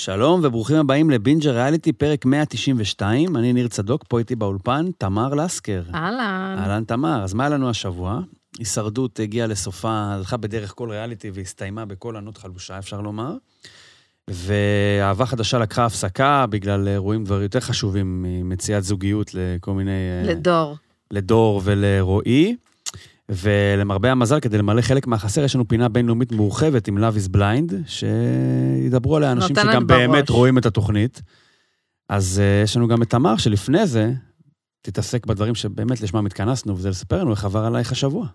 שלום וברוכים הבאים לבינג'ר ריאליטי, פרק 192. אני ניר צדוק, פה איתי באולפן, תמר לסקר. אהלן. אהלן תמר, אז מה היה לנו השבוע? הישרדות הגיעה לסופה, הלכה בדרך כל ריאליטי והסתיימה בכל ענות חלושה, אפשר לומר. ואהבה חדשה לקחה הפסקה בגלל אירועים דברים יותר חשובים ממציאת זוגיות לכל מיני... לדור ולרועי. ולמרבה המזל, כדי למלא חלק מהחסר, יש לנו פינה בינלאומית מורחבת עם Love is Blind, שידברו עליה אנשים שגם באמת רואים את התוכנית. אז יש לנו גם את תמר, שלפני זה תתעסק בדברים שבאמת לשמם התכנסנו, וזה לספר לנו איך עבר עלייך השבוע.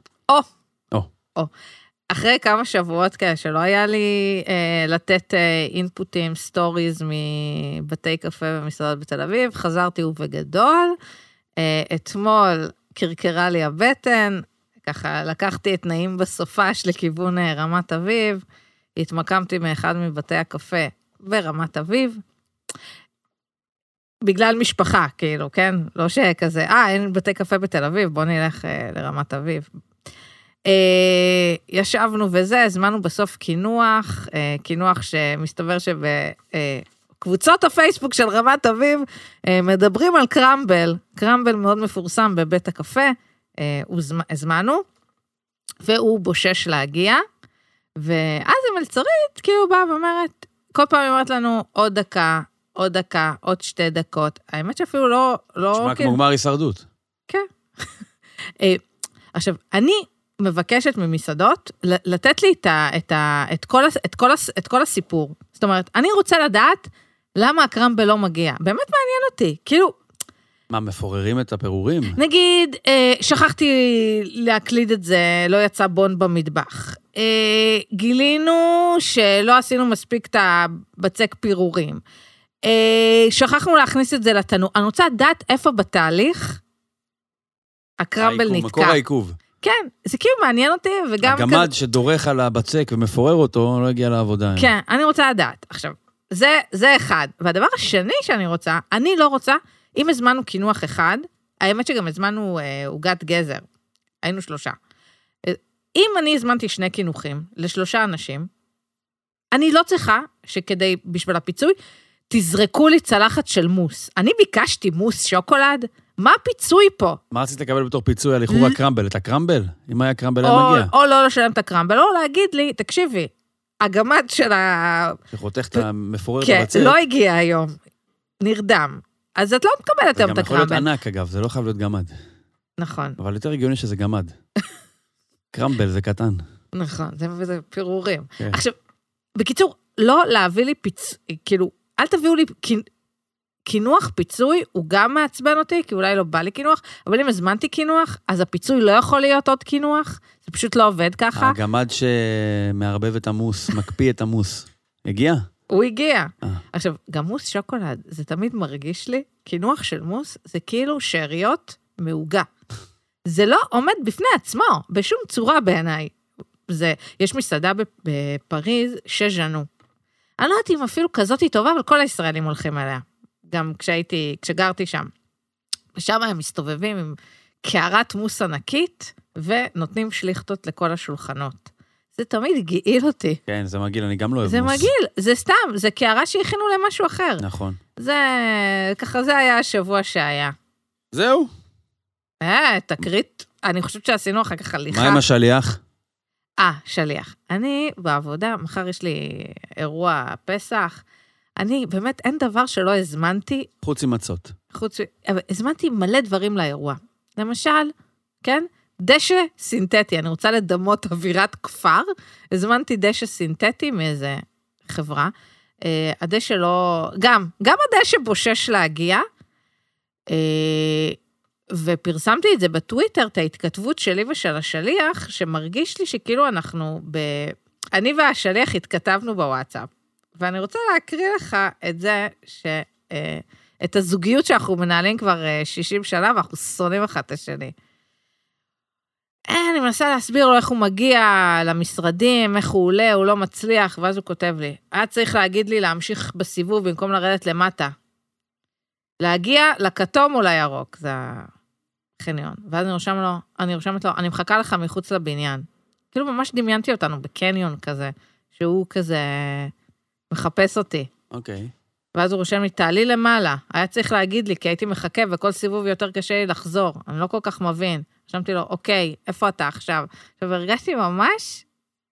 אחרי כמה שבועות כאלה, שלא היה לי לתת אינפוטים, סטוריז מבתי קפה ומסעדות בתל אביב, חזרתי ובגדול, אתמול קרקרה לי הבטן, ככה לקחתי את נעים בסופש לכיוון רמת אביב, התמקמתי מאחד מבתי הקפה ברמת אביב, בגלל משפחה, כאילו, כן? לא שכזה, אין בתי קפה בתל אביב, בוא נלך לרמת אביב. ישבנו וזה, הזמנו בסוף כינוח שמסתבר שבקבוצות הפייסבוק של רמת אביב, מדברים על קרמבל מאוד מפורסם בבית הקפה, הזמנו, והוא בושש להגיע, ואז המלצרית כאילו באה ואומרת, כל פעם היא אומרת לנו עוד דקה, עוד 2 דקות, האמת שאפילו לא... נשמע כמו גמר הישרדות. כן. עכשיו, אני מבקשת ממסעדות, לתת לי את כל הסיפור. זאת אומרת, אני רוצה לדעת למה הקרמבל לא מגיע. באמת מעניין אותי, כאילו... מה, מפוררים את הפירורים? נגיד, שכחתי להקליד את זה, לא יצא בון במטבח. גילינו שלא עשינו מספיק את הבצק פירורים. שכחנו להכניס את זה לתנור. אני רוצה לדעת איפה בתהליך הקרמבל נתקע. מקור העיכוב. כן, זה כאילו מעניין אותי, וגם... הגמד שדורך על הבצק ומפורר אותו, לא הגיע לעבודה. כן, אני רוצה לדעת. עכשיו, זה אחד. והדבר השני שאני רוצה, אני לא רוצה, אם הזמנו כינוח אחד, האמת שגם הזמנו עוגת גזר, היינו 3. אם אני הזמנתי 2 כינוחים ל3 אנשים, אני לא צריכה שכדי, בשביל הפיצוי, תזרקו לי צלחת של מוס. אני ביקשתי מוס שוקולד, מה הפיצוי פה? מה רצית לקבל בתור פיצוי על איחור הקרמבל? את הקרמבל? אם היה קרמבל היה מגיע. או לא לשלם את הקרמבל, או להגיד לי, תקשיבי, הגמד של שחותך את המפורר כן, בבצק. לא הגיע היום, נרדם. אז את לא מקבלת היום את הקרמבל. זה גם יכול להיות ענק, אגב, זה לא חייב להיות גמד. נכון. אבל יותר הגיוני שזה גמד. קרמבל זה קטן. נכון, זה פירורים. כן. עכשיו, בקיצור, לא להביא לי כאילו, אל תביאו לי כינוח פיצוי, הוא גם מעצבן אותי, כי אולי לא בא לי כינוח, אבל אם הזמנתי כינוח, אז הפיצוי לא יכול להיות עוד כינוח, זה פשוט לא עובד ככה. הגמד שמערבב את המוס, מקפיא את המוס. הגיע? הוא הגיע. עכשיו, גם מוס שוקולד, זה תמיד מרגיש לי, כינוח של מוס, זה כאילו שאריות מעוגה. זה לא עומד בפני עצמו, בשום צורה בעיניי. יש מסעדה בפריז, שז'נו. אני לא יודעת אם אפילו כזאת היא טובה, אבל כל הישראלים הולכים עליה. גם כשגרתי שם. ושם הם מסתובבים עם קערת מוס ענקית, ונותנים שליחתות לכל השולחנות. זה תמיד גאיל אותי. כן, זה מגעיל, אני גם לא אוהב זה מוס. מגעיל, זה סתם, זה קערה שהכינו למשהו אחר. נכון. ככה זה היה השבוע שהיה. זהו. תקרית, אני חושבת שעשינו אחר כך הליכה. מה עם השליח? שליח. אני בעבודה, מחר יש לי אירוע פסח, אני באמת אין דבר שלא הזמנתי. חוץ עם מצות. אבל הזמנתי מלא דברים לאירוע. למשל, כן? דשא סינתטי, אני רוצה לדמות אווירת כפר, הזמנתי דשא סינתטי מאיזה חברה, הדשא לא, גם הדשא בושש להגיע, ופרסמתי את זה בטוויטר, את ההתכתבות שלי ושל השליח, שמרגיש לי שכאילו אני והשליח התכתבנו בוואטסאפ, ואני רוצה להקריא לך את זה, את הזוגיות שאנחנו מנהלים כבר 60 שנה, ואנחנו שונאים אחד את השני. אני מנסה להסביר לו איך הוא מגיע למשרדים, איך הוא עולה, הוא לא מצליח, ואז הוא כותב לי, היה צריך להגיד לי להמשיך בסיבוב במקום לרדת למטה. להגיע לכתום או לירוק, זה החניון. ואז אני רושמת לו, אני מחכה לך מחוץ לבניין. כאילו ממש דמיינתי אותנו בקניון כזה, שהוא כזה מחפש אותי. אוקיי. ואז הוא רושם לי, תעלי למעלה. היה צריך להגיד לי, כי הייתי מחכה, וכל סיבוב יותר קשה לי לחזור. אני לא כל כך מבין. רשמתי לו, אוקיי, איפה אתה עכשיו? עכשיו, הרגשתי ממש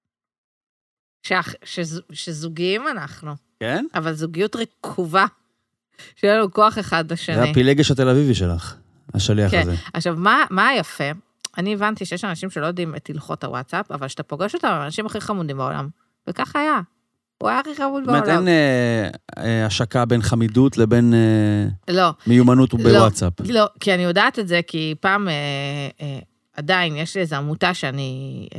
שזוגיים אנחנו. כן? אבל זוגיות רקובה, שיהיה לנו כוח אחד לשני. זה הפילגש התל אביבי שלך, השליח הזה. עכשיו, מה היפה? אני הבנתי שיש אנשים שלא יודעים את הלכות הוואטסאפ, אבל שאתה פוגש אותם, הם האנשים הכי חמודים בעולם. וכך היה. הוא היה הכי חמוד בעולם. זאת אומרת, אין השקה בין חמידות לבין מיומנות בוואטסאפ. לא, כי אני יודעת את זה, כי פעם עדיין יש לי איזו עמותה שאני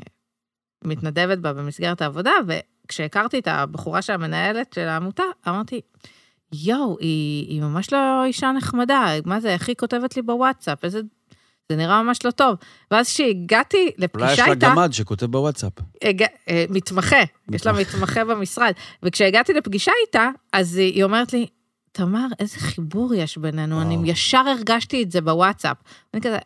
מתנדבת בה במסגרת העבודה, וכשהכרתי את הבחורה של המנהלת של העמותה, אמרתי, יואו, היא ממש לא אישה נחמדה, מה זה, איך היא כותבת לי בוואטסאפ, זה נראה ממש לא טוב. ואז כשהגעתי לפגישה איתה... אולי יש לה גמד שכותב בוואטסאפ. מתמחה, יש לה מתמחה במשרד. וכשהגעתי לפגישה איתה, אז היא אומרת לי, תמר, איזה חיבור יש בינינו, אני ישר הרגשתי את זה בוואטסאפ. אני כזה...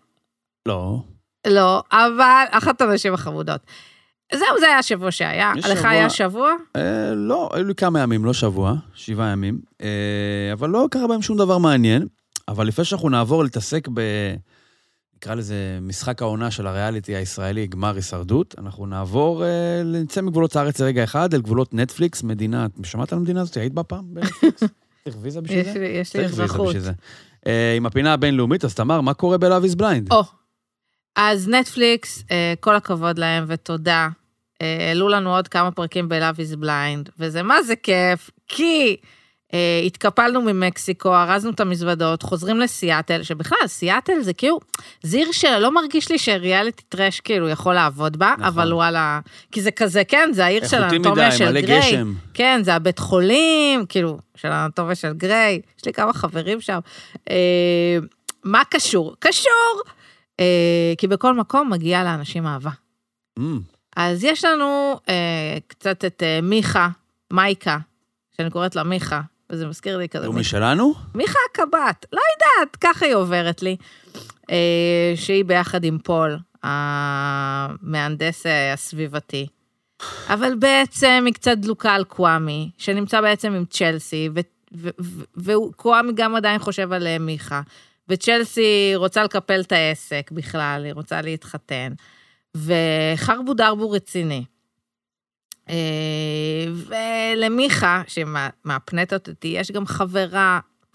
לא, אבל אחת הנשים החמודות. זהו, זה היה השבוע שהיה. עליך היה שבוע? לא, היו לי כמה ימים, לא שבוע, 7 ימים. אבל לא קרה בהם שום דבר מעניין. אבל לפני שאנחנו נעבור להתעסק נקרא לזה משחק העונה של הריאליטי הישראלי, גמר הישרדות, אנחנו נעבור, נצא מגבולות הארץ לרגע אחד, אל גבולות נטפליקס, מדינה, שמעת על המדינה הזאת? היית בה פעם בנטפליקס? צריך ויזה בשביל זה? יש לי אזרחות. עם הפינה הבינלאומית, אז תמר, מה קורה ב-Love is Blind? אז נטפליקס, כל הכבוד להם ותודה, העלו לנו עוד כמה פרקים ב-Love is Blind, וזה מה זה כיף, כי... התקפלנו ממקסיקו, ארזנו את המזוודות, חוזרים לסיאטל, שבכלל, סיאטל זה כאילו, זה עיר שלא מרגיש לי שריאליטי טרש כאילו יכול לעבוד בה, נכון. אבל וואלה, כי זה כזה, כן, זה העיר של האנטומיה של גריי. גשם. כן, זה הבית חולים, כאילו, של האנטומיה של גריי, יש לי כמה חברים שם. מה קשור? קשור! כי בכל מקום מגיעה לאנשים אהבה. אז יש לנו קצת את מייקה, שאני קוראת לה מיכה, וזה מזכיר לי כזה. הוא משלנו? מיכה הקבת, לא יודעת, ככה היא עוברת לי, שהיא ביחד עם פול, המהנדס הסביבתי, אבל בעצם היא קצת דלוקה על קוואמי, שנמצא בעצם עם צ'לסי, וקוואמי גם עדיין חושב על מיכה, וצ'לסי רוצה לקפל את העסק בכלל, היא רוצה להתחתן, וחרבו דרבו רציני, ולמיכה, שמהפנטות אותי, יש גם חברה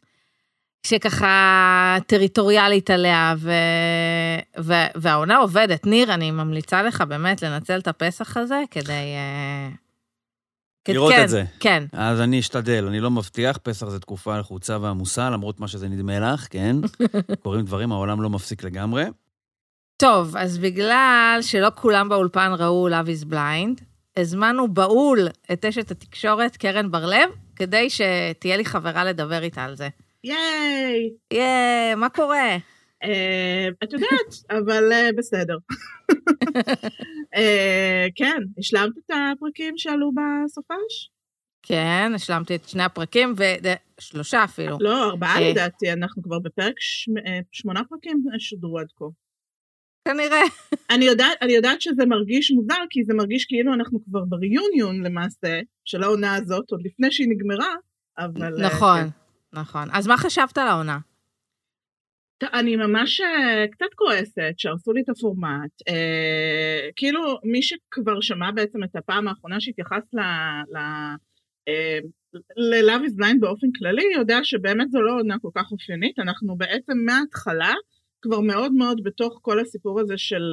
שככה טריטוריאלית עליה, והעונה עובדת. ניר, אני ממליצה לך באמת לנצל את הפסח הזה, כדי... לראות את זה. כן. אז אני אשתדל, אני לא מבטיח, פסח זה תקופה לחוצה ועמוסה, למרות מה שזה נדמה לך, כן? קוראים דברים, העולם לא מפסיק לגמרי. טוב, אז בגלל שלא כולם באולפן ראו Love is Blind, הזמנו בעול את אשת התקשורת, קרן בר-לב, כדי שתהיה לי חברה לדבר איתה על זה. ייי! ייי, מה קורה? את יודעת, אבל בסדר. כן, השלמת את הפרקים שעלו בסופש? כן, השלמתי את 2 הפרקים, ו3 אפילו. לא, 4 לדעתי, אנחנו כבר בפרק 8 פרקים שודרו עד כה. כנראה. אני יודעת שזה מרגיש מוזר, כי זה מרגיש כאילו אנחנו כבר בריוניון למעשה, של העונה הזאת, עוד לפני שהיא נגמרה, אבל... נכון, נכון. אז מה חשבת על העונה? אני ממש קצת כועסת, שהרסו לי את הפורמט, כאילו מי שכבר שמע בעצם את הפעם האחרונה שהתייחס ל-Love is Blind באופן כללי, יודע שבאמת זו לא עונה כל כך אופיינית, אנחנו בעצם מההתחלה, כבר מאוד מאוד בתוך כל הסיפור הזה של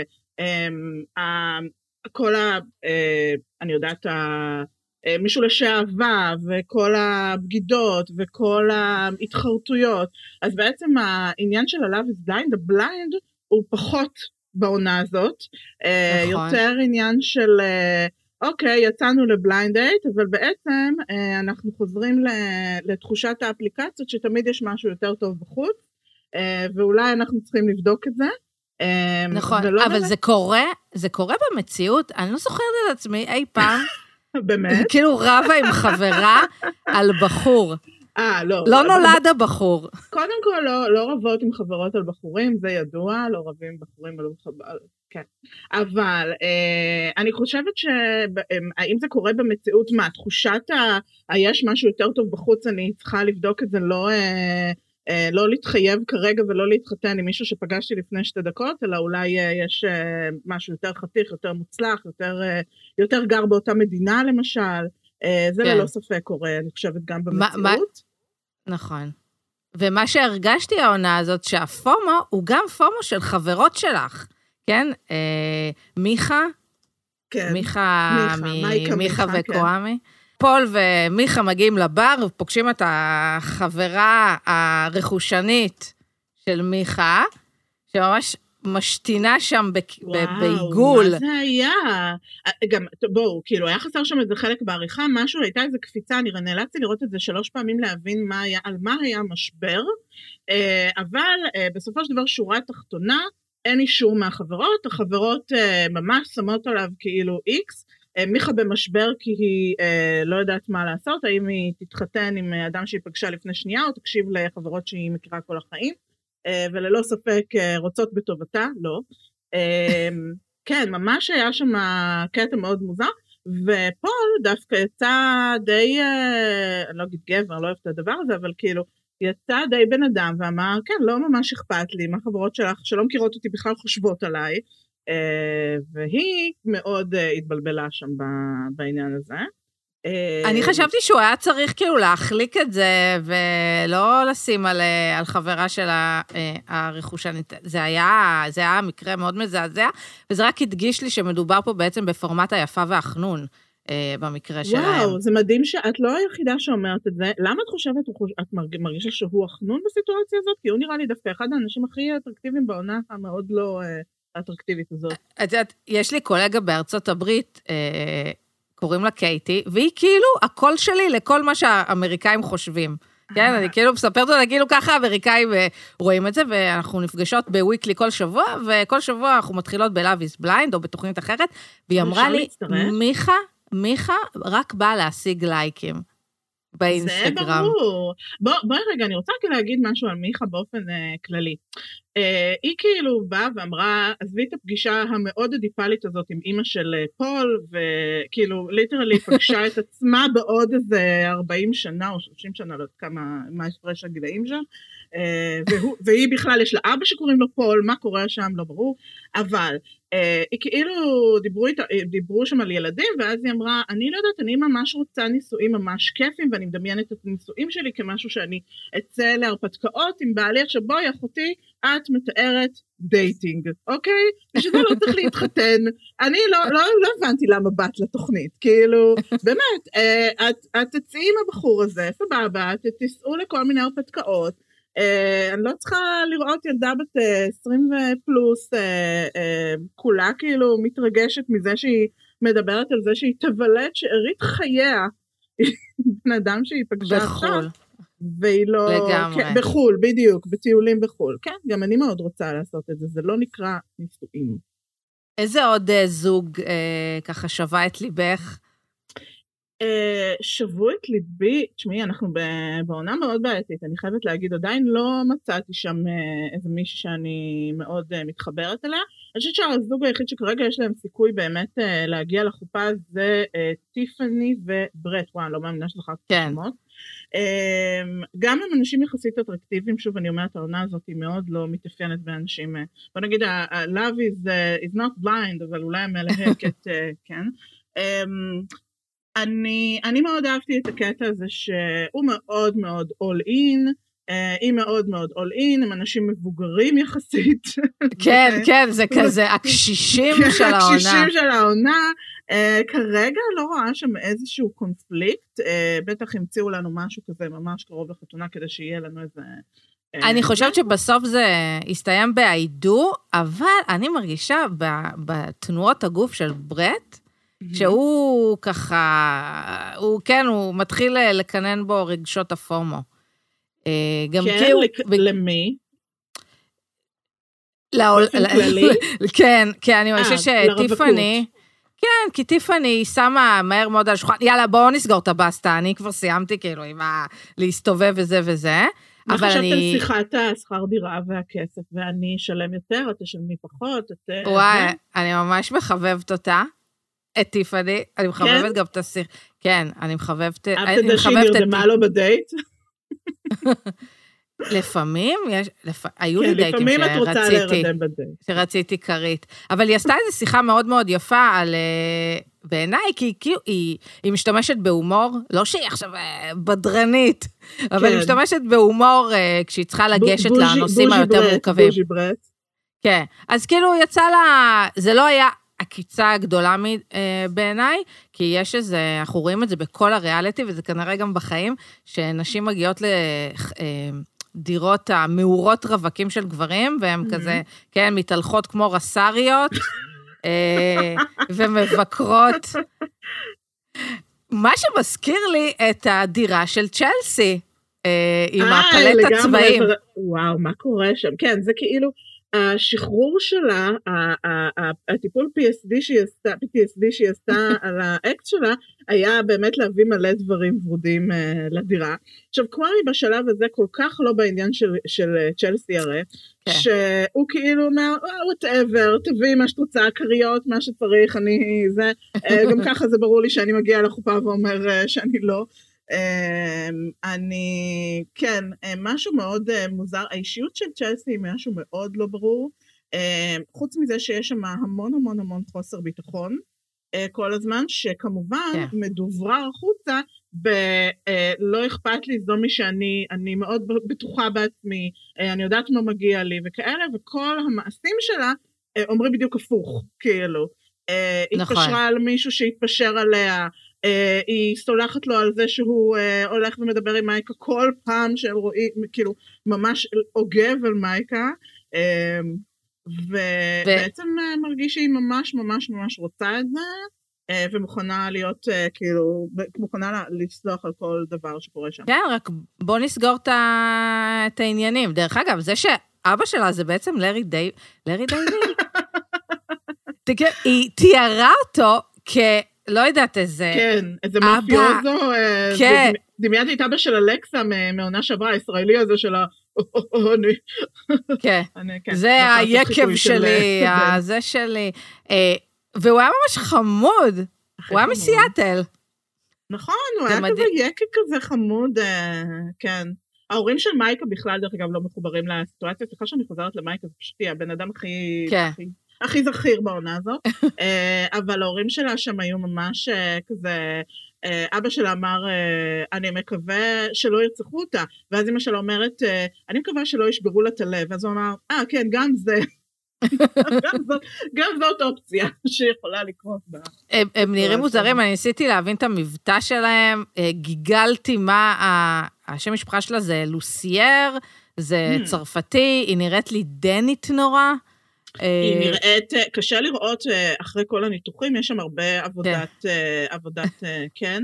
כל אני יודעת, משולשי אהבה, וכל הבגידות, וכל ההתחרטויות, אז בעצם העניין של ה-Love is Blind, ה-Blind הוא פחות בעונה הזאת, יותר עניין של, אוקיי, יצאנו לבליינד דייט, אבל בעצם אנחנו חוזרים לתחושת האפליקציות, שתמיד יש משהו יותר טוב בחוץ, ואולי אנחנו צריכים לבדוק את זה. נכון, אבל זה קורה במציאות, אני לא זוכרת את עצמי אי פעם, באמת? כאילו רבה עם חברה על בחור. לא. לא נולד הבחור. קודם כל, לא רבות עם חברות על בחורים, זה ידוע, לא רבים בחורים על בחורים, כן. אבל אני חושבת האם זה קורה במציאות, מה, תחושת יש משהו יותר טוב בחוץ, אני צריכה לבדוק את זה, לא להתחייב כרגע ולא להתחתן עם מישהו שפגשתי לפני 2 דקות, אלא אולי יש משהו יותר חתיך, יותר מוצלח, יותר גר באותה מדינה למשל, זה ללא ספק קורה, אני חושבת גם במציאות. נכון. ומה שהרגשתי העונה הזאת, שהפומו הוא גם פומו של חברות שלך, כן? מיכה, מיכה וקואמי. פול ומיכה מגיעים לבר, ופוגשים את החברה הרכושנית של מיכה, שממש משתינה שם בעיגול. מה זה היה? גם, בואו, כאילו, היה חסר שם איזה חלק בעריכה, משהו, הייתה איזו קפיצה, אני נאלצתי לראות את זה 3 פעמים להבין על מה היה משבר, אבל בסופו של דבר שורה תחתונה, אין אישור מהחברות, החברות ממש שמות עליו כאילו איקס, מיכה במשבר כי היא לא יודעת מה לעשות, האם היא תתחתן עם אדם שהיא פגשה לפני שנייה, או תקשיב לחברות שהיא מכירה כל החיים, וללא ספק רוצות בטובתה, לא. כן, ממש היה שם קטע מאוד מוזר, ופול דווקא יצא די, אני לא אגיד גבר, לא אוהב את הדבר הזה, אבל כאילו, יצא די בן אדם ואמר, כן, לא ממש אכפת לי, מה חברות שלך שלא מכירות אותי בכלל חושבות עליי, והיא מאוד התבלבלה שם בעניין הזה. אני חשבתי שהוא היה צריך כאילו להחליק את זה, ולא לשים על חברה של הרכושנית. זה היה מקרה מאוד מזעזע, וזה רק הדגיש לי שמדובר פה בעצם בפורמט היפה והחנון, במקרה שלהם. וואו, זה מדהים שאת לא היחידה שאומרת את זה. למה את חושבת, את מרגישה שהוא החנון בסיטואציה הזאת? כי הוא נראה לי דווקא אחד האנשים הכי אטרקטיביים בעונה המאוד לא אטרקטיבית הזאת. את יודעת, יש לי קולגה בארצות הברית, קוראים לה קייטי, והיא כאילו הקול שלי לכל מה שהאמריקאים חושבים. כן, אני כאילו מספרת אותה, כאילו ככה האמריקאים רואים את זה, ואנחנו נפגשות בוויקלי כל שבוע, וכל שבוע אנחנו מתחילות ב-Love is Blind, או בתוכנית אחרת, והיא אמרה לי, מיכה רק באה להשיג לייקים באינסטגרם. זה ברור. בואי רגע, אני רוצה להגיד משהו על מיכה באופן כללי. היא כאילו באה ואמרה, עזבי את הפגישה המאוד אדיפלית הזאת עם אמא של פול, וכאילו ליטרלי פגשה את עצמה בעוד איזה 40 שנה או 30 שנה, לא יודעת כמה, מה הפרש הגילאים שם, והיא בכלל יש לה אבא שקוראים לו פול, מה קורה שם לא ברור, אבל היא כאילו דיברו שם על ילדים, ואז היא אמרה, אני לא יודעת, אני ממש רוצה נישואים ממש כיפים, ואני מדמיינת את הנישואים שלי כמשהו שאני אצא להרפתקאות עם בעלי, עכשיו בואי אחותי, את מתארת דייטינג, אוקיי? ושזה לא צריך להתחתן, אני לא הבנתי למה באת לתוכנית, כאילו, באמת, את תצאי עם הבחור הזה, סבבה, תיסעו לכל מיני הרפתקאות, אני לא צריכה לראות ילדה בת 20 פלוס, כולה כאילו מתרגשת מזה שהיא מדברת על זה שהיא תבלה את שארית חייה, בן אדם שהיא פגשה עכשיו, והיא לא, לגמרי. כן, בחול, בדיוק, בטיולים בחול, כן, גם אני מאוד רוצה לעשות את זה, זה לא נקרא נישואים. איזה עוד זוג ככה שווה את ליבך? שבו את ליבי, תשמעי, אנחנו בעונה מאוד בעייתית, אני חייבת להגיד, עדיין לא מצאתי שם איזה מישהו שאני מאוד מתחברת אליה, אני חושבת שהזוג היחיד שכרגע יש להם סיכוי באמת להגיע לחופה, זה טיפני וברט, וואו, לא מאמינה שלך את השמות. גם הם אנשים יחסית אטרקטיביים, שוב אני אומרת, העונה הזאת היא מאוד לא מתאפיינת באנשים, בוא נגיד, love is not blind, אבל אולי המלהקת, כן. אני מאוד אהבתי את הקטע הזה שהוא מאוד מאוד all in, היא מאוד מאוד all in, הם אנשים מבוגרים יחסית. כן, כן, זה כזה הקשישים של העונה. הקשישים של העונה, כרגע לא רואה שם איזשהו קונפליקט, בטח המציאו לנו משהו כזה ממש קרוב לחתונה, כדי שיהיה לנו איזה... אני חושבת שבסוף זה הסתיים בעידו, אבל אני מרגישה בתנועות הגוף של ברט, שהוא ככה, הוא כן, הוא מתחיל לקנן בו רגשות הפומו. גם כן, למי? באופן כללי? כן, אני חושב שטיפני, כן, כי טיפני שמה מהר מאוד על השולחן, יאללה, בואו נסגור את הבסטה, אני כבר סיימתי כאילו עם להסתובב וזה וזה. מה חשבת על שיחת השכר דירה והכסף, ואני אשלם יותר, את תשלמי פחות, וואי, אני ממש מחבבת אותה, את טיפני, אני מחבבת גם את השיח, כן, אני מחבבת... את תדע שהיא נרדמה לו בדייט? לפעמים, היו לי דייטים שרציתי קרית, אבל היא עשתה איזו שיחה מאוד מאוד יפה על... בעיניי, כי היא משתמשת בהומור, לא שהיא עכשיו בדרנית, אבל היא משתמשת בהומור כשהיא צריכה לגשת לנושאים היותר מורכבים. בוז'י ברט. כן, אז כאילו יצא לה, זה לא היה הקיצה הגדולה בעיניי, כי יש איזה, אנחנו רואים את זה בכל הריאליטי, וזה כנראה גם בחיים, שנשים מגיעות לדירות המאורות רווקים של גברים, והן כזה, כן, מתהלכות כמו רסריות, ומבקרות. מה שמזכיר לי את הדירה של צ'לסי, עם הפלט הצבעים. וואו, מה קורה שם? כן, זה כאילו, השחרור שלה, הטיפול PTSD שהיא עשתה על האקט שלה, היה באמת להביא מלא דברים ורודים לדירה. עכשיו, קווארי בשלב הזה כל כך לא בעניין של צ'לסי הרי, שהוא כאילו אומר, whatever, תביא מה שתוצא, קריות, מה שצריך, אני זה, גם ככה זה ברור לי שאני מגיעה לחופה ואומר שאני לא. אני, כן, משהו מאוד מוזר, האישיות של צ'לסי היא משהו מאוד לא ברור, חוץ מזה שיש שם המון המון המון חוסר ביטחון, כל הזמן, שכמובן מדוברר החוצה, לא אכפת לי, זו מי שאני מאוד בטוחה בעצמי, אני יודעת מה מגיע לי וכאלה, וכל המעשים שלה אומרים בדיוק הפוך, כאילו, התקשרה על מישהו שהתפשר עליה, היא סולחת לו על זה שהוא הולך ומדבר עם מייקה כל פעם של רואי, כאילו ממש עוגב על מייקה, ובעצם מרגיש שהיא ממש ממש ממש רוצה את זה, ומוכנה להיות כאילו, מוכנה לסלוח על כל דבר שקורה שם. כן, רק בוא נסגור את העניינים. דרך אגב, זה שאבא שלה זה בעצם לארי דיוויד. היא תיארה אותו לא יודעת איזה... כן, איזה מאפיוזו, כן. דמיינתי את אבא של אלכסה מעונה שעברה, הישראלי הזה של כן, זה היקב שלי, זה שלי. והוא היה ממש חמוד, הוא היה מסיאטל. נכון, הוא היה כזה יקב כזה חמוד, כן. ההורים של מייקה בכלל, דרך אגב, לא מחוברים לסיטואציה, סליחה שאני חוזרת למייקה, זה פשוט הבן אדם הכי זכיר בעונה הזאת, אבל ההורים שלה שם היו ממש כזה, אבא שלה אמר, אני מקווה שלא ירצחו אותה, ואז אמא שלה אומרת, אני מקווה שלא ישברו לה את הלב, אז הוא אמר, כן, גם זה, גם זאת אופציה שיכולה לקרות בה. הם נראים מוזרים, אני ניסיתי להבין את המבטא שלהם, גיגלתי מה, השם משפחה שלה זה לוסייר, זה צרפתי, היא נראית לי דנית נורא, היא נראית, קשה לראות אחרי כל הניתוחים, יש שם הרבה עבודת, כן.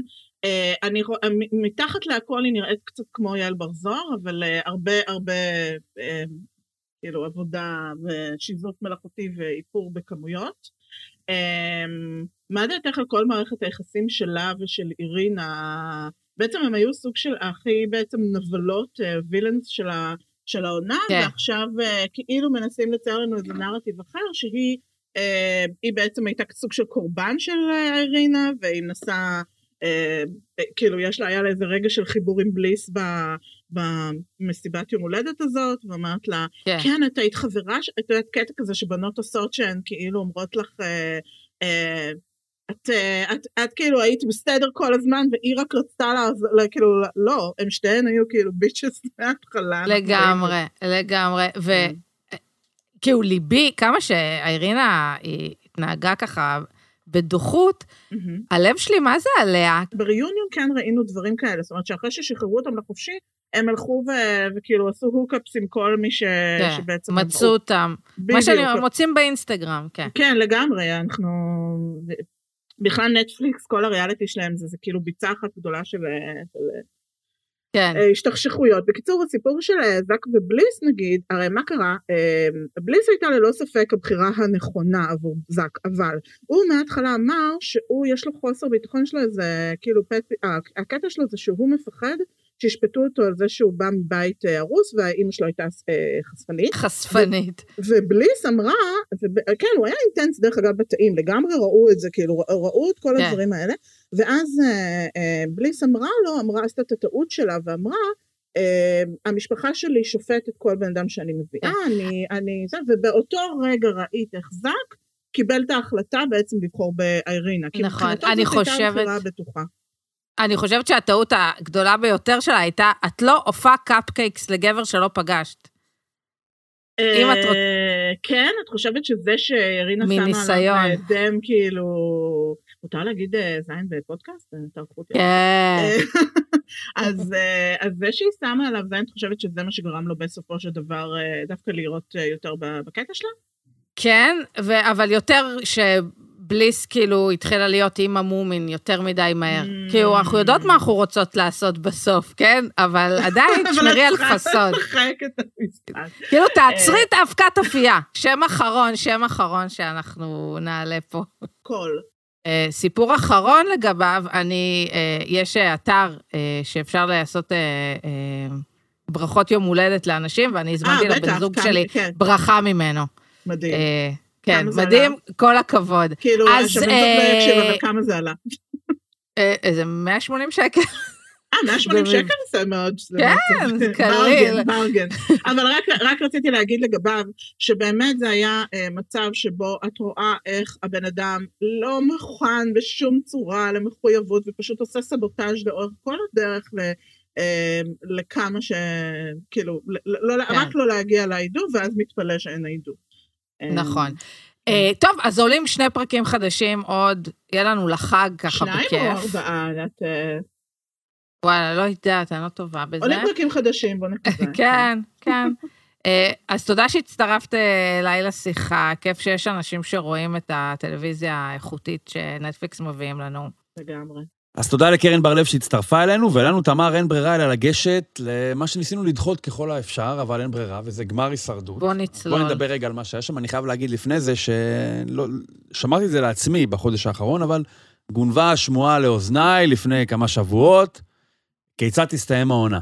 מתחת להכל היא נראית קצת כמו יעל בר זוהר, אבל הרבה כאילו עבודה ושיזוף מלאכותי ואיפור בכמויות. מה דעתך על כל מערכת היחסים שלה ושל אירינה? בעצם הם היו סוג של הכי בעצם נבלות, וילנס של העונה, ועכשיו כאילו מנסים לצייר לנו איזה נרטיב אחר, שהיא בעצם הייתה סוג של קורבן של אירינה, והיא נסעה, כאילו היה לה איזה רגע של חיבור עם בליס במסיבת יום הולדת הזאת, ואמרת לה, כן, אתה היית חברה, אתה יודעת קטע כזה שבנות עושות שהן כאילו אומרות לך, את כאילו היית בסדר כל הזמן, והיא רק רצתה לה, כאילו, לא, הם שתיהן היו כאילו ביצ'ס מההתחלה. לגמרי, וכאילו ליבי, כמה שהאירינה היא התנהגה ככה בדוחות, הלב שלי, מה זה עליה? בריאיוניון כן ראינו דברים כאלה, זאת אומרת שאחרי ששחררו אותם לחופשי, הם הלכו וכאילו עשו הוקאפס עם כל מי שבעצם... מצאו אותם. מה שאני מוצאים באינסטגרם, כן. כן, לגמרי, אנחנו... בכלל נטפליקס, כל הריאליטי שלהם, זה כאילו ביצה אחת גדולה של כן. השתכשכויות. בקיצור, הסיפור של זק ובליס נגיד, הרי מה קרה? בליס הייתה ללא ספק הבחירה הנכונה עבור זק, אבל הוא מההתחלה אמר שהוא יש לו חוסר ביטחון שלו, איזה כאילו הקטע שלו זה שהוא מפחד שישפטו אותו על זה שהוא בא מבית הרוס, והאמא שלו הייתה חשפנית. חשפנית. ובליס אמרה, כן, הוא היה אינטנס דרך אגב בתאים, לגמרי ראו את זה, כאילו ראו את כל הדברים האלה, ואז בליס עשתה את הטעות שלה, ואמרה, המשפחה שלי שופטת כל בן אדם שאני מביאה, ובאותו רגע ראית איך זק, קיבל את ההחלטה בעצם לבחור באיירינה. נכון, אני חושבת שהטעות הגדולה ביותר שלה הייתה, את לא הופעה קאפקייקס לגבר שלא פגשת. כן, את חושבת שזה שאיירינה שמה עליו דם, כאילו, מותר להגיד זין בפודקאסט? כן. אז זה שהיא שמה עליו זין, את חושבת שזה מה שגרם לו בסופו של דבר דווקא לראות יותר בקטע שלה? כן, אבל יותר שבליס כאילו התחילה להיות אימא מומין יותר מדי מהר. כאילו, אנחנו יודעות מה אנחנו רוצות לעשות בסוף, כן? אבל עדיין תשמרי על חסון. כאילו, תעצרי את האבקת אפייה. שם אחרון שאנחנו נעלה פה. כל. סיפור אחרון לגביו, יש אתר שאפשר לעשות ברכות יום הולדת לאנשים, ואני הזמנתי לבן זוג שלי ברכה ממנו. מדהים. כן, מדהים, כל הכבוד. כאילו, שבן זוג לא יקשיב, אבל כמה זה עלה? איזה 180 שקל. 180 שקל זה מאוד. כן, קליל. ברגן. אבל רק רציתי להגיד לגביו, שבאמת זה היה מצב שבו את רואה איך הבן אדם לא מוכן בשום צורה למחויבות, ופשוט עושה סבוטאז' לאורך כל הדרך לכמה כאילו, רק לא להגיע לעידו, ואז מתפלא שאין העידו. נכון. טוב, אז עולים 2 פרקים חדשים עוד, יהיה לנו לחג ככה בכיף. 2 או 4? וואלה, לא יודעת, אני לא טובה בזה. עולים פרקים חדשים, בוא נקווה. כן, כן. אז תודה שהצטרפת אליי לשיחה, כיף שיש אנשים שרואים את הטלוויזיה האיכותית שנטפליקס מביאים לנו. לגמרי. אז תודה לקרן בר-לב שהצטרפה אלינו, ולנו תמר אין ברירה אלא לגשת למה שניסינו לדחות ככל האפשר, אבל אין ברירה, וזה גמר הישרדות. בוא נצלול. בוא נדבר רגע על מה שהיה שם. אני חייב להגיד לפני זה שמרתי את זה לעצמי בחודש האחרון, אבל גונבה השמועה לאוזניי לפני כמה שבועות, כיצד תסתיים העונה.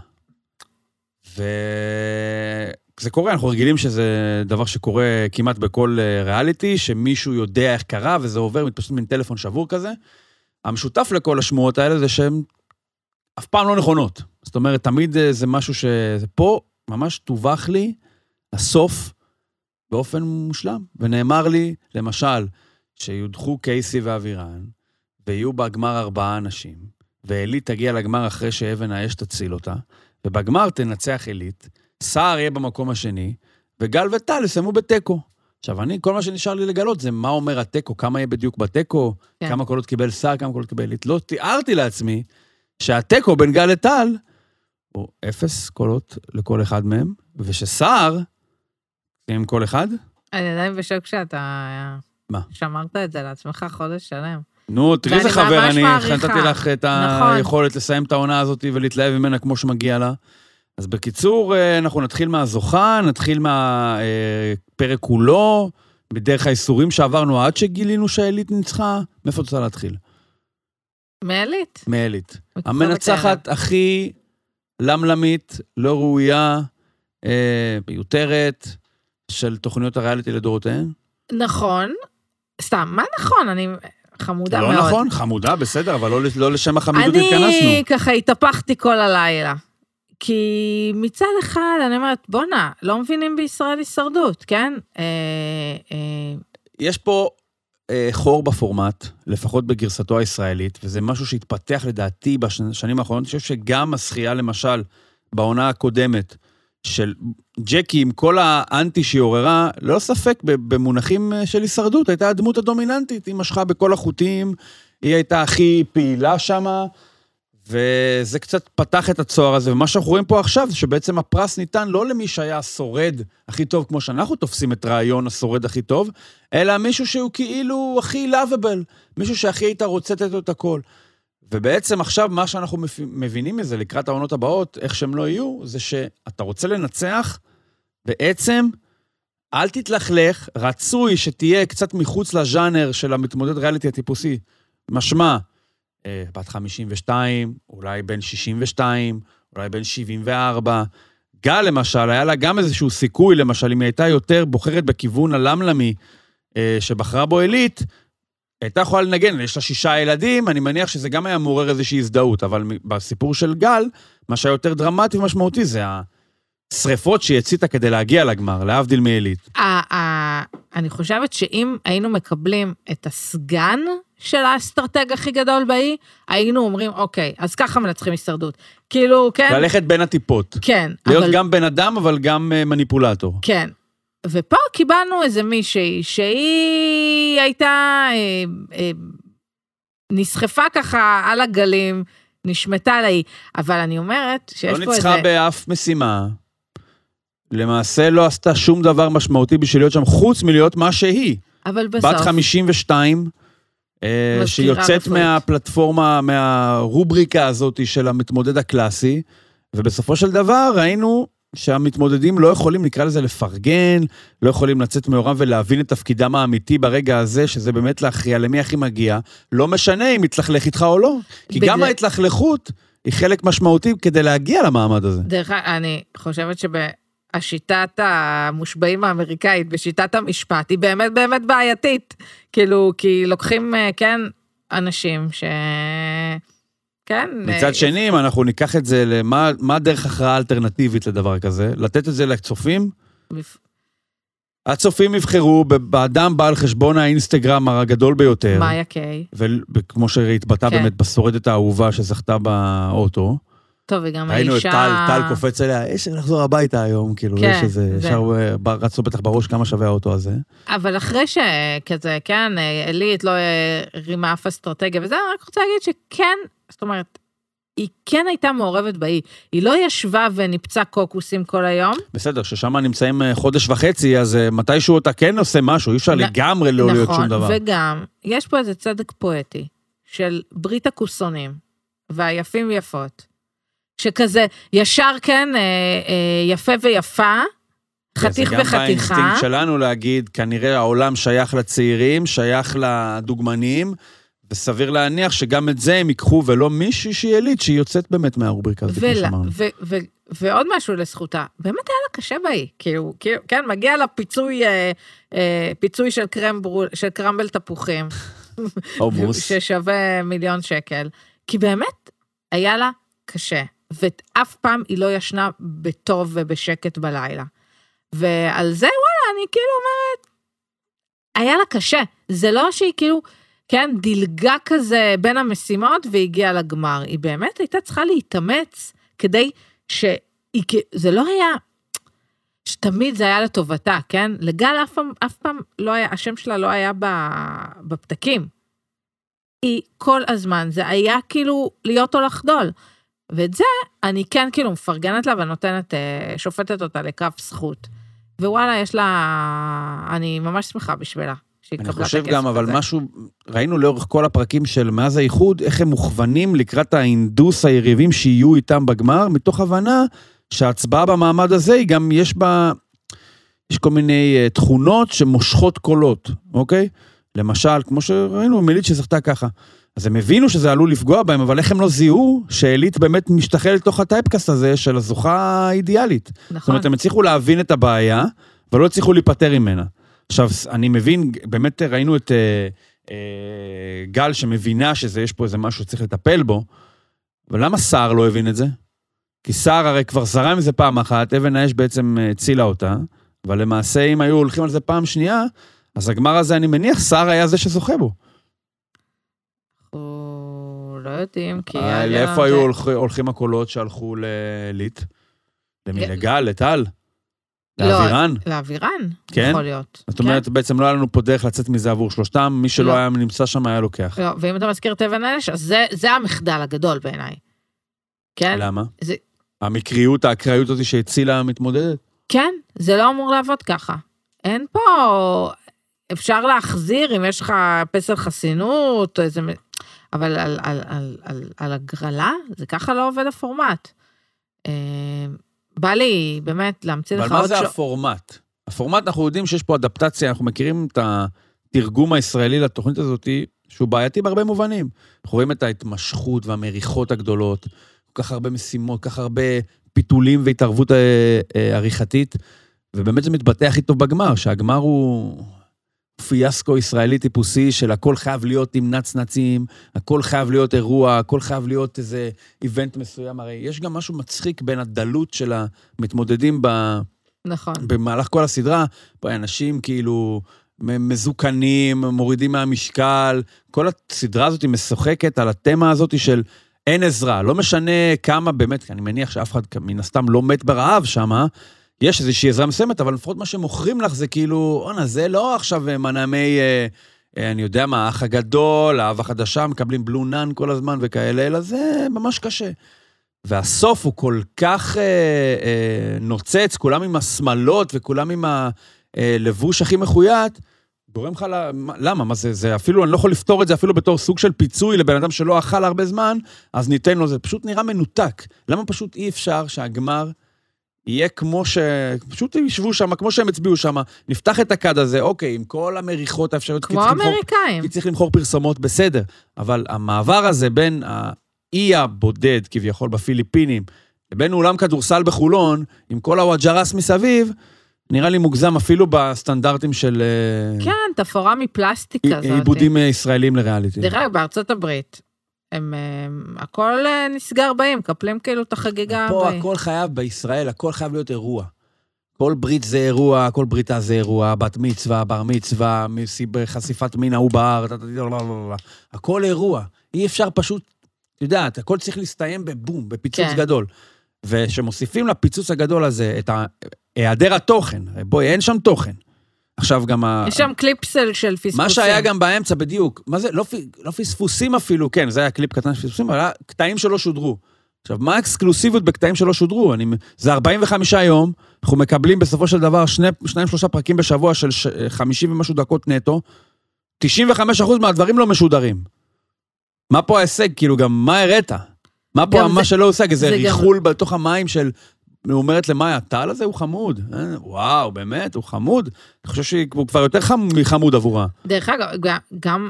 וזה קורה, אנחנו רגילים שזה דבר שקורה כמעט בכל ריאליטי, שמישהו יודע איך קרה, וזה עובר מתפשט מן טלפון שבור כזה. המשותף לכל השמועות האלה זה שהן אף פעם לא נכונות. זאת אומרת, תמיד זה משהו שפה ממש תובח לי הסוף באופן מושלם. ונאמר לי, למשל, שיודחו קייסי ואבירן, ויהיו בגמר 4 אנשים, ואלית תגיע לגמר אחרי שאבן האש תציל אותה, ובגמר תנצח אלית, סער יהיה במקום השני, וגל וטל יסיימו בטקו. עכשיו, כל מה שנשאר לי לגלות זה מה אומר הטקו, כמה יהיה בדיוק בטקו, כן. כמה קולות קיבל סער, כמה קולות קיבל אלית. לא תיארתי לעצמי שהטקו בין גל לטל הוא 0 קולות לכל אחד מהם, ושסער, עם כל אחד. אני עדיין בשוק שאתה מה? שמרת את זה לעצמך חודש שלם. נו, תראי איזה חבר, אני נתתי לך את היכולת לסיים את העונה הזאת ולהתלהב ממנה כמו שמגיע לה. אז בקיצור, אנחנו נתחיל מהזוכה, נתחיל מהפרק כולו, בדרך האיסורים שעברנו עד שגילינו שהאלית ניצחה. מאיפה רוצה להתחיל? מאלית. מאלית. המנצחת הכי למלמית, לא ראויה, מיותרת, של תוכניות הריאליטי לדורותיהן. נכון. סתם, מה נכון? אני חמודה מאוד. לא נכון, חמודה, בסדר, אבל לא לשם החמידות התכנסנו. אני ככה התהפכתי כל הלילה. כי מצד אחד, אני אומרת, בונה, לא מבינים בישראל הישרדות, כן? יש פה חור בפורמט, לפחות בגרסתו הישראלית, וזה משהו שהתפתח לדעתי בשנים האחרונות. אני חושב שגם השחייה, למשל, בעונה הקודמת, של ג'קי עם כל האנטי שהיא עוררה, לא ספק במונחים של הישרדות, הייתה הדמות הדומיננטית, היא משכה בכל החוטים, היא הייתה הכי פעילה שמה, וזה קצת פתח את הצוהר הזה, ומה שאנחנו רואים פה עכשיו, זה שבעצם הפרס ניתן לא למי שהיה השורד הכי טוב, כמו שאנחנו תופסים את רעיון השורד הכי טוב, אלא מישהו שהוא כאילו הכי lovable, מישהו שהכי היית רוצה לתת לו את הכל. ובעצם עכשיו מה שאנחנו מבינים מזה לקראת העונות הבאות, איך שהם לא יהיו, זה שאתה רוצה לנצח, בעצם אל תתלכלך, רצוי שתהיה קצת מחוץ לז'אנר של המתמודד ריאליטי הטיפוסי. משמע, בת 52, אולי בין 62, אולי בין 74. גל למשל, היה לה גם איזשהו סיכוי, למשל, אם היא הייתה יותר בוחרת בכיוון הלמלמי, שבחרה בו אלית, הייתה יכולה לנגן, יש לה 6 ילדים, אני מניח שזה גם היה מעורר איזושהי הזדהות, אבל בסיפור של גל, מה שהיה יותר דרמטי ומשמעותי, זה השריפות שהיא הציתה כדי להגיע לגמר, להבדיל מאלית. אני חושבת שאם היינו מקבלים את הסגן של האסטרטג הכי גדול באי, היינו אומרים, אוקיי, אז ככה מנצחים הישרדות. כאילו, כן. ללכת בין הטיפות. כן. להיות גם בן אדם, אבל גם מניפולטור. כן. ופה קיבלנו איזה מישהי, שהיא הייתה נסחפה ככה על הגלים, נשמתה לאי. אבל אני אומרת שיש פה איזה... לא ניצחה באף משימה. למעשה לא עשתה שום דבר משמעותי בשביל להיות שם, חוץ מלהיות מה שהיא. אבל בסוף... בת 52, שיוצאת מהפלטפורמה, מהרובריקה הזאת של המתמודד הקלאסי, ובסופו של דבר ראינו שהמתמודדים לא יכולים, נקרא לזה, לפרגן, לא יכולים לצאת מאורם ולהבין את תפקידם האמיתי ברגע הזה, שזה באמת להכריע למי הכי מגיע, לא משנה אם יתלכלך איתך או לא, כי גם ההתלכלכות היא חלק משמעותי כדי להגיע למעמד הזה. דרך כלל, אני חושבת השיטת המושבעים האמריקאית, בשיטת המשפט, היא באמת באמת בעייתית. כאילו, כי לוקחים, כן, אנשים ש... כן. מצד שני, אם אנחנו ניקח את זה, מה דרך הכרעה אלטרנטיבית לדבר כזה? לתת את זה לצופים? הצופים יבחרו באדם בעל חשבון האינסטגרם הגדול ביותר. מאיה קיי. וכמו שהתבטא באמת בשורדת האהובה שזכתה באוטו. טוב, וגם ראינו האישה... את טל קופץ אליה, יש לחזור הביתה היום, כאילו, יש איזה, רצו בטח בראש כמה שווה האוטו הזה. אבל אחרי שכזה, כן, אלית לא רימה אף אסטרטגיה, וזה, אני רק רוצה להגיד שכן, זאת אומרת, היא כן הייתה מעורבת באי, היא לא ישבה וניפצה קוקוסים כל היום. בסדר, ששם נמצאים חודש וחצי, אז מתישהו אתה כן עושה משהו, אי אפשר לגמרי לא להיות שום דבר. נכון, וגם, יש פה איזה צדק פואטי, של ברית הכוסונים, והיפים ויפות, שכזה ישר כן, יפה ויפה, חתיך וחתיכה. זה גם באינסטינקט שלנו להגיד, כנראה העולם שייך לצעירים, שייך לדוגמנים, וסביר להניח שגם את זה הם ייקחו, ולא מישהי שהיא אלית, שהיא יוצאת באמת מהרובריקה הזאת, כמו שאמרנו. ועוד משהו לזכותה, באמת היה לה קשה באי, כאילו, כן, מגיע לה פיצוי של קרמבל תפוחים, ששווה $1,000,000, כי באמת היה לה קשה. ואף פעם היא לא ישנה בטוב ובשקט בלילה. ועל זה, וואלה, אני כאילו אומרת, היה לה קשה. זה לא שהיא כאילו, כן, דילגה כזה בין המשימות והגיעה לגמר. היא באמת הייתה צריכה להתאמץ כדי זה לא היה, שתמיד זה היה לטובתה, כן? לגל אף פעם לא היה, השם שלה לא היה בפתקים. היא כל הזמן, זה היה כאילו להיות או לחדול. ואת זה אני כן כאילו מפרגנת לה ונותנת, שופטת אותה לקו זכות. ווואלה, יש לה, אני ממש שמחה בשבילה. אני חושב גם, אבל משהו, ראינו לאורך כל הפרקים של מאז האיחוד, איך הם מוכוונים לקראת האינדוס היריבים שיהיו איתם בגמר, מתוך הבנה שההצבעה במעמד הזה היא גם יש בה, יש כל מיני תכונות שמושכות קולות, אוקיי? למשל, כמו שראינו, מילית שזכתה ככה. אז הם הבינו שזה עלול לפגוע בהם, אבל איך הם לא זיהו שאלית באמת משתחל לתוך הטייפקאסט הזה של הזוכה האידיאלית. נכון. זאת אומרת, הם הצליחו להבין את הבעיה, אבל לא הצליחו להיפטר ממנה. עכשיו, אני מבין, באמת ראינו את גל שמבינה יש פה איזה משהו שצריך לטפל בו, אבל למה שר לא הבין את זה? כי שר הרי כבר זרם מזה פעם אחת, אבן האש בעצם הצילה אותה, אבל למעשה אם היו הולכים על זה פעם שנייה, אז הגמר הזה אני מניח, שר היה זה שזוכה בו. לא יודעים, כי... לאיפה היו הולכים הקולות שהלכו לליט? למי? לגל, לטל? לאווירן? לאווירן, כן? יכול להיות. זאת אומרת, בעצם לא היה לנו פה דרך לצאת מזה עבור שלושתם, מי שלא היה נמצא שם היה לוקח. לא, ואם אתה מזכיר את אבן האש, אז זה המחדל הגדול בעיניי. כן? למה? המקריות, האקראיות הזאת שהצילה המתמודדת? כן, זה לא אמור לעבוד ככה. אין פה... אפשר להחזיר אם יש לך פסל חסינות, או איזה... אבל על הגרלה, זה ככה לא עובד הפורמט. בא לי באמת להמציא לך עוד... אבל מה זה הפורמט? הפורמט, אנחנו יודעים שיש פה אדפטציה, אנחנו מכירים את התרגום הישראלי לתוכנית הזאת, שהוא בעייתי בהרבה מובנים. אנחנו רואים את ההתמשכות והמריחות הגדולות, כל כך הרבה משימות, כל כך הרבה פיתולים והתערבות עריכתית, ובאמת זה מתבטא הכי טוב בגמר, שהגמר הוא פיאסקו ישראלי טיפוסי, של הכל חייב להיות עם נצנצים, הכל חייב להיות אירוע, הכל חייב להיות איזה איבנט מסוים, הרי יש גם משהו מצחיק בין הדלות של המתמודדים נכון. במהלך כל הסדרה, פה אנשים כאילו מזוקנים, מורידים מהמשקל, כל הסדרה הזאת היא משוחקת על התמה הזאת של אין עזרה, לא משנה כמה באמת, אני מניח שאף אחד מן הסתם לא מת ברעב שם, יש איזושהי עזרה מסוימת, אבל לפחות מה שמוכרים לך זה כאילו, זה לא עכשיו מנעמי, אני יודע מה, האח הגדול, האב החדשה, מקבלים בלונן כל הזמן וכאלה, אלא זה ממש קשה. והסוף הוא כל כך נוצץ, כולם עם השמלות וכולם עם הלבוש הכי מחויית, גורם לך, למה? מה זה אפילו, אני לא יכול לפתור את זה אפילו בתור סוג של פיצוי לבן אדם שלא אכל הרבה זמן, אז ניתן לו, זה פשוט נראה מנותק. למה פשוט אי אפשר שהגמר יהיה כמו פשוט ישבו שם, כמו שהם הצביעו שם, נפתח את הקד הזה, אוקיי, עם כל המריחות האפשריות, כמו אמריקאים. כי צריך למכור פרסומות, בסדר, אבל המעבר הזה בין האי הבודד, כביכול בפיליפינים, לבין אולם כדורסל בחולון, עם כל הוואג'רס מסביב, נראה לי מוגזם אפילו בסטנדרטים של... כן, תפאורה מפלסטיק כזאת. עיבודים ישראלים לריאליטי. דרך אגב, בארצות הברית, הכל נסגר בהם, קפלים כאילו את החגיגה. פה הכל חייב בישראל, הכל חייב להיות אירוע. כל ברית זה אירוע, כל בריתה זה אירוע, בת מצווה, בר מצווה, חשיפת מין העובר, הכל אירוע. אי אפשר פשוט, אתה יודעת, הכל צריך להסתיים בבום, בפיצוץ גדול. ושמוסיפים לפיצוץ הגדול הזה את היעדר התוכן, בואי, אין שם תוכן. עכשיו גם יש שם קליפסל של פספוסים. מה שהיה גם באמצע בדיוק, מה זה? לא פספוסים אפילו, כן, זה היה קליפ קטן של פספוסים, אבל קטעים שלא שודרו. עכשיו, מה האקסקלוסיביות בקטעים שלא שודרו? זה 45 יום, אנחנו מקבלים בסופו של דבר 2-3 פרקים בשבוע של 50 ומשהו דקות נטו, 95% מהדברים לא משודרים. מה פה ההישג? כאילו גם מה הראת? מה פה מה שלא הושג? איזה ריחול בתוך המים של... הוא אומרת למאי, הטל הזה הוא חמוד. וואו, באמת, הוא חמוד. אני חושב שהוא כבר יותר חמוד עבורה. דרך אגב, גם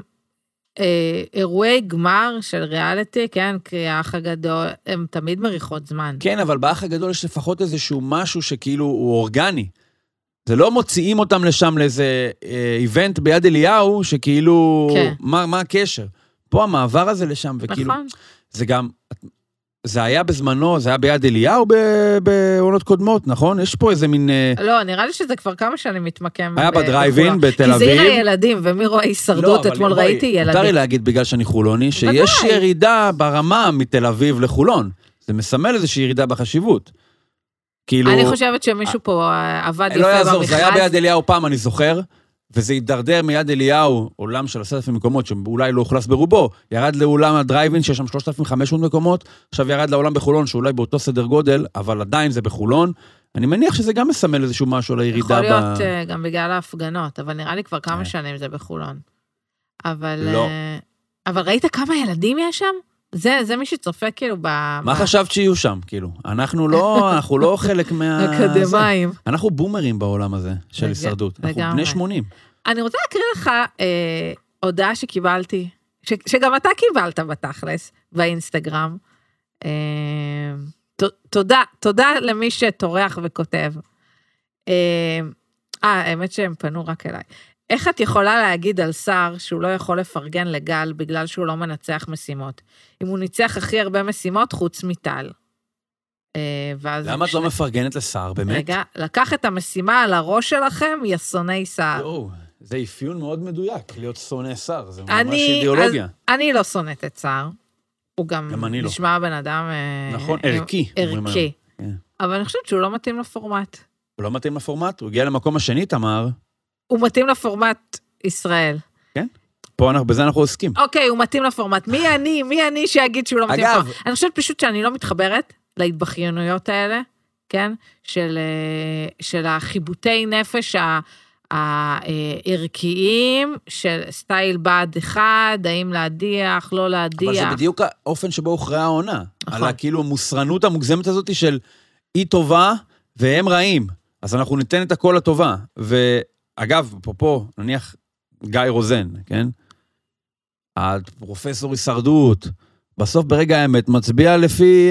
אירועי גמר של ריאליטי, כן, כי האח הגדול, הם תמיד מריחות זמן. כן, אבל באח הגדול יש לפחות איזשהו משהו שכאילו הוא אורגני. זה לא מוציאים אותם לשם לאיזה איבנט ביד אליהו, שכאילו, מה הקשר? פה המעבר הזה לשם, וכאילו, זה גם... זה היה בזמנו, זה היה ביד אליהו בעונות קודמות, נכון? יש פה איזה מין... לא, נראה לי שזה כבר כמה שנים מתמקם. היה בדרייבין בתל אביב. כי זה עיר הילדים, ומי רואה הישרדות, אתמול ראיתי ילדים. מותר לי להגיד בגלל שאני חולוני, שיש ירידה ברמה מתל אביב לחולון. זה מסמל איזושהי ירידה בחשיבות. אני חושבת שמישהו פה עבד יפה במכרז. לא יעזור, זה היה ביד אליהו פעם, אני זוכר, וזה יידרדר מיד אליהו, עולם של 10,000 מקומות, שאולי לא אוכלס ברובו, ירד לאולם הדרייבין, שיש שם 3,500 מקומות, עכשיו ירד לעולם בחולון, שאולי באותו סדר גודל, אבל עדיין זה בחולון, אני מניח שזה גם מסמל איזשהו משהו לירידה. יכול להיות גם בגלל ההפגנות, אבל נראה לי כבר כמה שנים זה בחולון. אבל ראית כמה ילדים יש שם? זה מי שצופה כאילו מה חשבת שיהיו שם, כאילו? אנחנו לא חלק אקדמיים. אנחנו בומרים בעולם הזה של הישרדות. אנחנו בני 80. אני רוצה להקריא לך הודעה שקיבלתי, שגם אתה קיבלת בתכלס, באינסטגרם. תודה למי שטורח וכותב. האמת שהם פנו רק אליי. איך את יכולה להגיד על שר שהוא לא יכול לפרגן לגל בגלל שהוא לא מנצח משימות? אם הוא ניצח הכי הרבה משימות חוץ מטל. למה את לא מפרגנת לשר, באמת? רגע, לקח את המשימה על הראש שלכם, יסוני שר. זה אפיון מאוד מדויק, להיות שונא שר, זה ממש אידיאולוגיה. אני לא שונאת את שר, הוא גם נשמע בן אדם... נכון, ערכי. ערכי. אבל אני חושבת שהוא לא מתאים לפורמט. הוא לא מתאים לפורמט? הוא הגיע למקום השני, תמר. הוא מתאים לפורמט ישראל. כן? פה בזה אנחנו עוסקים. אוקיי, הוא מתאים לפורמט. מי אני שיגיד שהוא לא מתאים לפורמט? אני חושבת פשוט שאני לא מתחברת להתבכיינויות האלה, כן? של החיבוטי נפש הערכיים של סטייל בעד אחד, האם להדיח, לא להדיח. אבל זה בדיוק האופן שבו הוכרעה העונה. נכון. על כאילו המוסרנות המוגזמת הזאת של היא טובה והם רעים. אז אנחנו ניתן את הכל לטובה. ואגב, פה, נניח גיא רוזן, כן? הפרופסור הישרדות, בסוף ברגע האמת מצביע לפי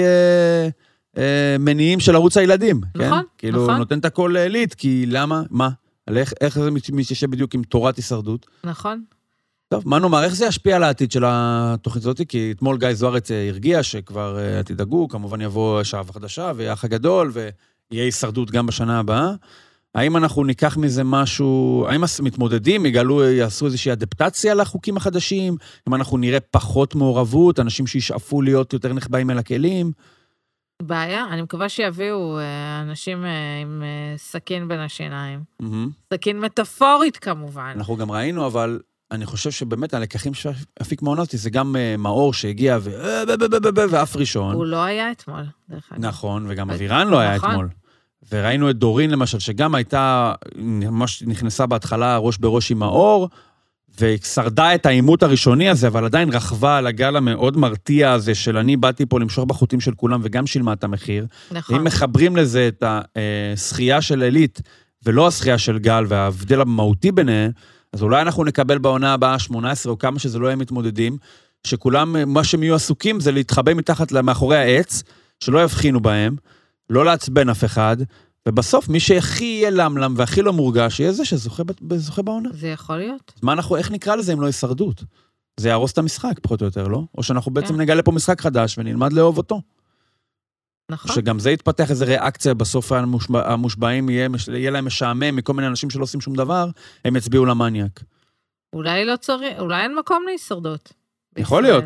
מניעים של ערוץ הילדים. נכון, כן? כאילו נכון. נותן את הכל לעילית, כי למה? מה? איך זה מתיישב בדיוק עם תורת הישרדות? נכון. טוב, מה נאמר, איך זה ישפיע על העתיד של התוכנית הזאת? כי אתמול גיא זוארץ הרגיע שכבר תדאגו, כמובן יבוא שעה חדשה ויח הגדול, ויהיה הישרדות גם בשנה הבאה. האם אנחנו ניקח מזה משהו, האם המתמודדים יעשו איזושהי אדפטציה לחוקים החדשים? אם אנחנו נראה פחות מעורבות, אנשים שישאפו להיות יותר נחבאים אל הכלים? בעיה, אני מקווה שיביאו אנשים עם סכין בין השיניים. סכין מטאפורית כמובן. אנחנו גם ראינו, אבל אני חושב שבאמת הלקחים שאפיק מעונות, זה גם מאור שהגיע ואף ראשון. הוא לא היה אתמול, דרך אגב. נכון, וגם אבירן לא היה אתמול. וראינו את דורין למשל, שגם הייתה, ממש נכנסה בהתחלה ראש בראש עם מאור, ושרדה את העימות הראשוני הזה, אבל עדיין רכבה על הגל המאוד מרתיע הזה, של אני באתי פה למשוך בחוטים של כולם, וגם שילמה את המחיר. נכון. אם מחברים לזה את השחייה של אלית, ולא השחייה של גל, וההבדל המהותי ביניהם, אז אולי אנחנו נקבל בעונה הבאה 18, או כמה שזה לא יהיה מתמודדים, שכולם, מה שהם יהיו עסוקים, זה להתחבא מתחת מאחורי העץ, שלא יבחינו בהם, לא לעצבן אף אחד, ובסוף מי שהכי יהיה למלם והכי לא מורגש, יהיה זה שזוכה בעונה. זה יכול להיות. איך נקרא לזה אם לא הישרדות? זה יהרוס את המשחק, פחות או יותר, לא? או שאנחנו בעצם נגלה פה משחק חדש ונלמד לאהוב אותו. נכון. שגם זה יתפתח איזו ריאקציה, בסוף המושבעים יהיה להם משעמם מכל מיני אנשים שלא עושים שום דבר, הם יצביעו למניאק. אולי לא צריך, אולי אין מקום להישרדות. יכול להיות.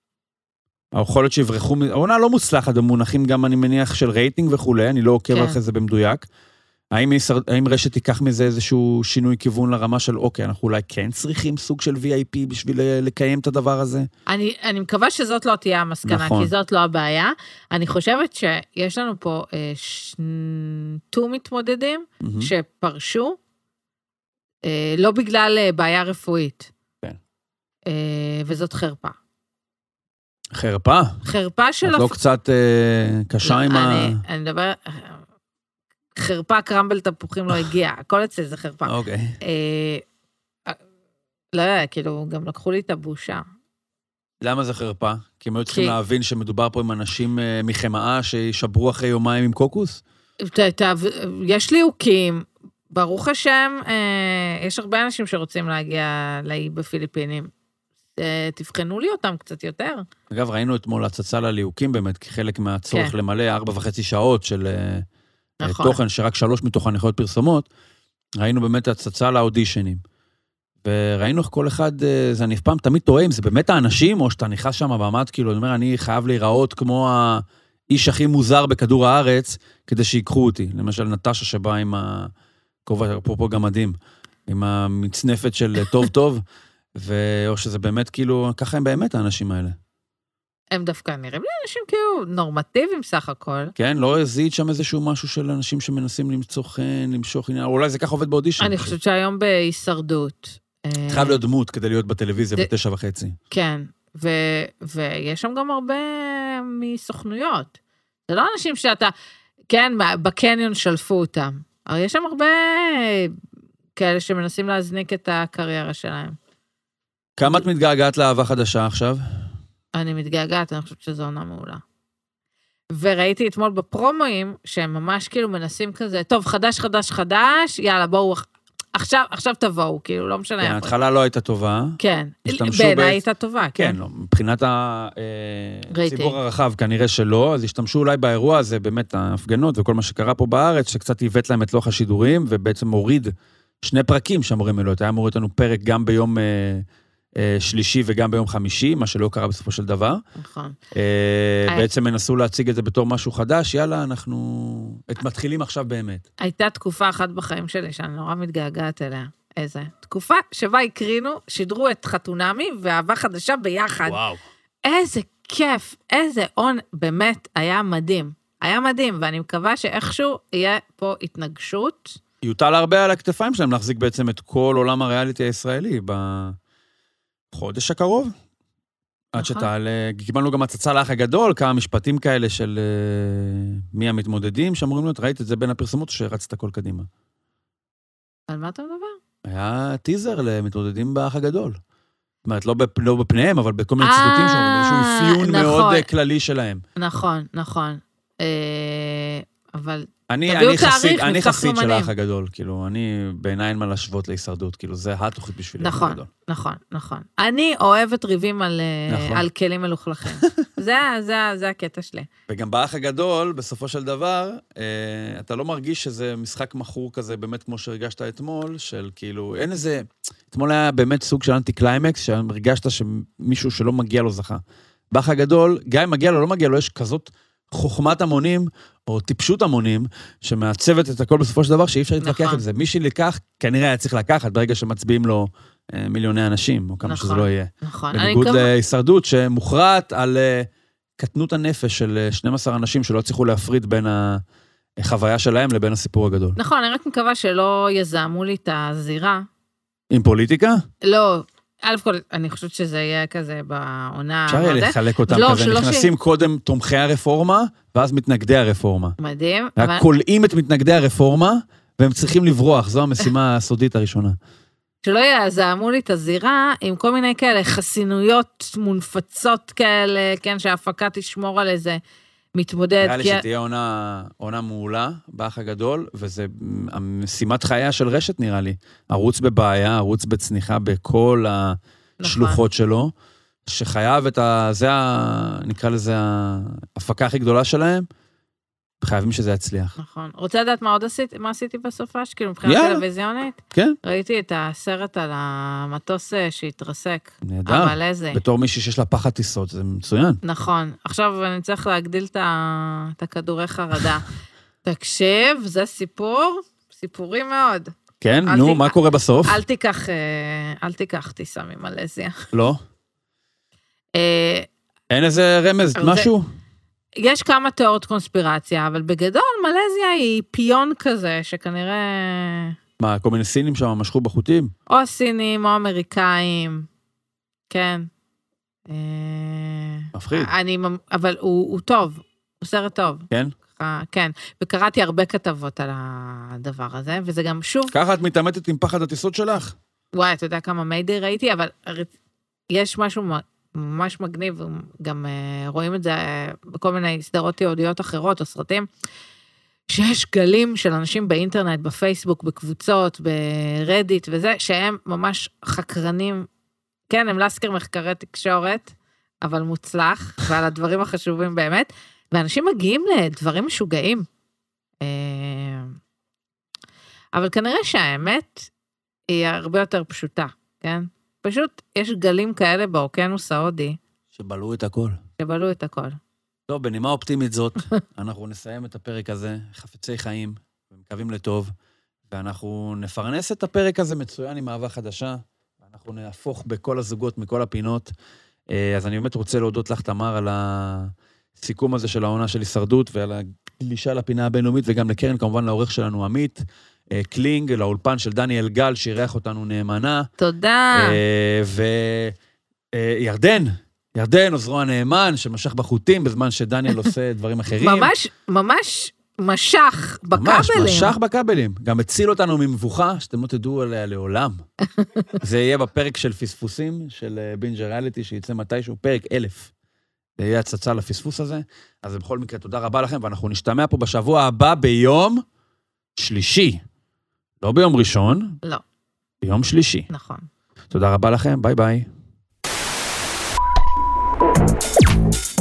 יכול להיות שיברחו, העונה לא מוצלחת, במונחים גם אני מניח של רייטינג וכולי, אני לא עוקב אחרי זה במדויק. האם רשת תיקח מזה איזשהו שינוי כיוון לרמה של, אוקיי, אנחנו אולי כן צריכים סוג של VIP בשביל לקיים את הדבר הזה? אני מקווה שזאת לא תהיה המסקנה, נכון. כי זאת לא הבעיה. אני חושבת שיש לנו פה 2 מתמודדים שפרשו, לא בגלל בעיה רפואית. כן. וזאת חרפה. חרפה? חרפה של... את לא קצת קשה עם אני מדבר... חרפה, קרמבל תפוחים לא הגיע, הכל אצלי זה חרפה. אוקיי. לא יודע, כאילו, גם לקחו לי את הבושה. למה זה חרפה? כי הם היו צריכים להבין שמדובר פה עם אנשים מחמאה שישברו אחרי יומיים עם קוקוס? יש לי עוקים, ברוך השם, יש הרבה אנשים שרוצים להגיע לאי בפיליפינים. תבחנו לי אותם קצת יותר. אגב, ראינו אתמול הצצה לליהוקים באמת, כחלק מהצורך למלא 4.5 שעות של תוכן, שרק 3 מתוכן יכולות פרסומות, ראינו באמת הצצה לאודישנים. וראינו איך כל אחד, זה אני פעם תמיד טועה אם זה באמת האנשים, או שאתה נכנס שם במעמד, כאילו, אני אומר, אני חייב להיראות כמו האיש הכי מוזר בכדור הארץ, כדי שיקחו אותי. למשל, נטשה שבאה עם הכובע, פה גמדים, עם המצנפת של טוב טוב, או שזה באמת כאילו, ככה הם באמת האנשים האלה. הם דווקא נראים לי אנשים כאילו נורמטיביים סך הכל. כן, לא הזיד שם איזשהו משהו של אנשים שמנסים למצוא חן, למשוך עניין, אולי זה ככה עובד באודישן. אני חושבת שהיום בהישרדות. חייב להיות דמות כדי להיות בטלוויזיה ב9:30. כן, ויש שם גם הרבה מסוכנויות. זה לא אנשים שאתה, כן, בקניון שלפו אותם. אבל יש שם הרבה כאלה שמנסים להזניק את הקריירה שלהם. כמה את מתגעגעת לאהבה חדשה עכשיו? אני מתגעגעת, אני חושבת שזו עונה מעולה. וראיתי אתמול בפרומואים, שהם ממש כאילו מנסים כזה, טוב, חדש, יאללה, בואו, עכשיו תבואו, כאילו, לא משנה. כן, ההתחלה לא הייתה טובה. כן, בעיניי הייתה טובה, כן. כן, לא, מבחינת הציבור הרחב, כנראה שלא, אז השתמשו אולי באירוע הזה, באמת ההפגנות וכל מה שקרה פה בארץ, שקצת הבאת להם את לוח השידורים, ובעצם הוריד 2 פרקים שאמורים אלוהות. היה מוריד לנו פרק גם ביום שלישי וגם ביום חמישי, מה שלא קרה בסופו של דבר. נכון. בעצם מנסו להציג את זה בתור משהו חדש, יאללה, אנחנו מתחילים עכשיו באמת. הייתה תקופה אחת בחיים שלי, שאני נורא מתגעגעת אליה. איזה? תקופה שבה הקרינו, שידרו את חתונמי ואהבה חדשה ביחד. וואו. איזה כיף, איזה און, באמת היה מדהים. היה מדהים, ואני מקווה שאיכשהו יהיה פה התנגשות. יוטל הרבה על הכתפיים שלהם להחזיק בעצם את כל עולם הריאליטי הישראלי בחודש הקרוב. עד שתעלה, קיבלנו גם הצצה לאח הגדול, כמה משפטים כאלה של מי המתמודדים שאמורים להיות, ראית את זה בין הפרסומות או שרצת הכל קדימה? על מה אתה מדבר? היה טיזר למתמודדים באח הגדול. זאת אומרת, לא בפניהם, אבל בכל מיני ציטוטים שאומרים, איזשהו אפיון מאוד כללי שלהם. נכון. אבל אני חסיד של האח הגדול, כאילו, אני בעיניי אין מה להשוות להישרדות, כאילו, זה התוכנית בשביל האח הגדול. נכון. אני אוהבת ריבים על כלים מלוכלכים. זה הקטע שלי. וגם באח הגדול, בסופו של דבר, אתה לא מרגיש שזה משחק מחור כזה, באמת כמו שהרגשת אתמול, של כאילו, אין איזה, אתמול היה באמת סוג של אנטי-קליימקס, שהרגשת שמישהו שלא מגיע לו זכה. באח הגדול, גם אם מגיע לו, לא מגיע לו, יש כזאת חוכמת המונים, או טיפשות המונים, שמעצבת את הכל בסופו של דבר, שאי אפשר להתווכח עם זה. מי שלקח, כנראה היה צריך לקחת, ברגע שמצביעים לו מיליוני אנשים, או כמה שזה לא יהיה. בניגוד להישרדות, שמוכרעת על קטנות הנפש של 12 אנשים, שלא צריכו להפריד בין החוויה שלהם לבין הסיפור הגדול. נכון, אני רק מקווה שלא יזעמו לי את הזירה. עם פוליטיקה? לא, א' כל, אני חושבת שזה יהיה כזה בעונה... אפשר יהיה לחלק אותם כזה, נכנסים קודם תומכי הרפורמה, ואז מתנגדי הרפורמה. מדהים. רק קולעים את מתנגדי הרפורמה, והם צריכים לברוח, זו המשימה הסודית הראשונה. שלא יזעמו לי את הזירה, עם כל מיני כאלה חסינויות מונפצות כאלה, כן, שההפקה תשמור על איזה מתמודד. נראה לי שתהיה עונה מעולה, באח הגדול, וזה המשימת חייה של רשת נראה לי. ערוץ בבעיה, ערוץ בצניחה בכל השלוחות שלו, שחייב את זה, נקרא לזה, ההפקה הכי גדולה שלהם, חייבים שזה יצליח. נכון. רוצה לדעת מה עשיתי בסופש? כאילו מבחינת טלוויזיונית? כן. ראיתי את הסרט על המטוס שהתרסק. נהדר. בתור מישהי שיש לה פחד טיסות, זה מצוין. נכון. עכשיו אני צריך להגדיל את הכדורי חרדה. תקשיב, זה סיפורי מאוד. כן, נו, מה קורה בסוף? אל תיקח טיסה ממלזיה. לא? אין איזה רמז, משהו? יש כמה תיאוריות קונספירציה, אבל בגדול מלזיה היא פיון כזה, שכנראה... מה, כל מיני סינים שם משכו בחוטים? או סינים, או אמריקאים, כן. מפחיד. אבל הוא טוב, הוא סרט טוב. כן? כן, וקראתי הרבה כתבות על הדבר הזה, וזה גם שוב... ככה את מתעמתת עם פחד הטיסות שלך? וואי, אתה יודע כמה מיידי ראיתי, אבל יש משהו... ממש מגניב, גם רואים את זה בכל מיני סדרות תיעודיות אחרות או סרטים, שיש גלים של אנשים באינטרנט, בפייסבוק, בקבוצות, ברדיט וזה, שהם ממש חקרנים, כן, הם לסקר מחקרי תקשורת, אבל מוצלח, ועל הדברים החשובים באמת, ואנשים מגיעים לדברים משוגעים. אבל כנראה שהאמת היא הרבה יותר פשוטה, כן? פשוט יש גלים כאלה באוקיינוס ההודי. שבלעו את הכל. טוב, בנימה אופטימית זאת, אנחנו נסיים את הפרק הזה, חפצי חיים, ומקווים לטוב, ואנחנו נפרנס את הפרק הזה מצוין עם אהבה חדשה, ואנחנו נהפוך בכל הזוגות מכל הפינות. אז אני באמת רוצה להודות לך, תמר, על הסיכום הזה של העונה של הישרדות, ועל הגלישה לפינה הבינלאומית, וגם לקרן, כמובן, לעורך שלנו עמית, קלינג, לאולפן של דניאל גל, שאירח אותנו נאמנה. תודה. ירדן, עוזרו הנאמן, שמשך בחוטים, בזמן שדניאל עושה דברים אחרים. ממש משך בכבלים. ממש משך בכבלים. גם הציל אותנו ממבוכה, שאתם לא תדעו עליה לעולם. זה יהיה בפרק של פספוסים, של בינג' ריאליטי, שיצא מתישהו, פרק 1000. זה יהיה הצצה לפספוס הזה. אז בכל מקרה, תודה רבה לכם, ואנחנו נשתמע פה בשבוע הבא ביום שלישי. לא ביום ראשון. לא. ביום שלישי. נכון. תודה רבה לכם, ביי ביי.